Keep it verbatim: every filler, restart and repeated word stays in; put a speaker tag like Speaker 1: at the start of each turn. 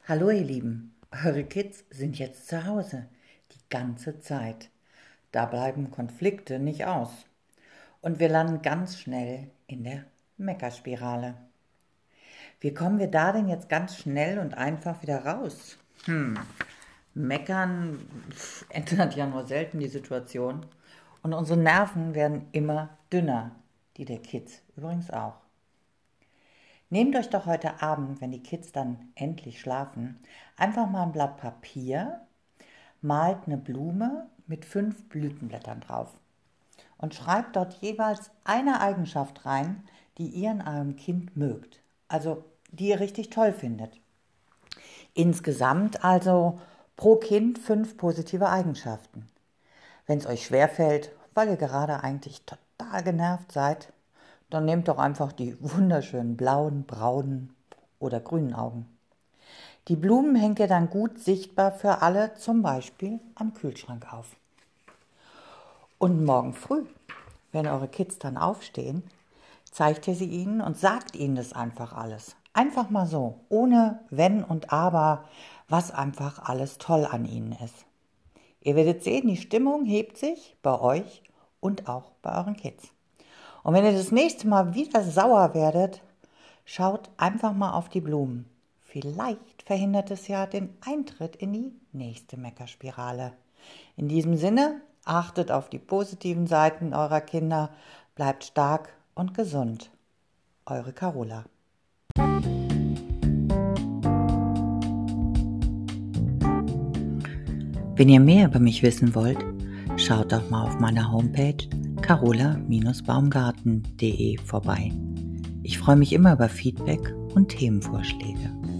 Speaker 1: Hallo ihr Lieben, eure Kids sind jetzt zu Hause, die ganze Zeit. Da bleiben Konflikte nicht aus. Und wir landen ganz schnell in der Meckerspirale. Wie kommen wir da denn jetzt ganz schnell und einfach wieder raus? Hm, Meckern pff, ändert ja nur selten die Situation. Und unsere Nerven werden immer dünner, die der Kids übrigens auch. Nehmt euch doch heute Abend, wenn die Kids dann endlich schlafen, einfach mal ein Blatt Papier, malt eine Blume mit fünf Blütenblättern drauf und schreibt dort jeweils eine Eigenschaft rein, die ihr in eurem Kind mögt, also die ihr richtig toll findet. Insgesamt also pro Kind fünf positive Eigenschaften. Wenn es euch schwerfällt, weil ihr gerade eigentlich total genervt seid, dann nehmt doch einfach die wunderschönen blauen, braunen oder grünen Augen. Die Blumen hängt ihr dann gut sichtbar für alle, zum Beispiel am Kühlschrank auf. Und morgen früh, wenn eure Kids dann aufstehen, zeigt ihr sie ihnen und sagt ihnen das einfach alles. Einfach mal so, ohne Wenn und Aber, was einfach alles toll an ihnen ist. Ihr werdet sehen, die Stimmung hebt sich bei euch und auch bei euren Kids. Und wenn ihr das nächste Mal wieder sauer werdet, schaut einfach mal auf die Blumen. Vielleicht verhindert es ja den Eintritt in die nächste Meckerspirale. In diesem Sinne, achtet auf die positiven Seiten eurer Kinder, bleibt stark und gesund. Eure Carola. Wenn ihr mehr über mich wissen wollt, schaut doch mal auf meiner Homepage carola baumgarten punkt de vorbei. Ich freue mich immer über Feedback und Themenvorschläge.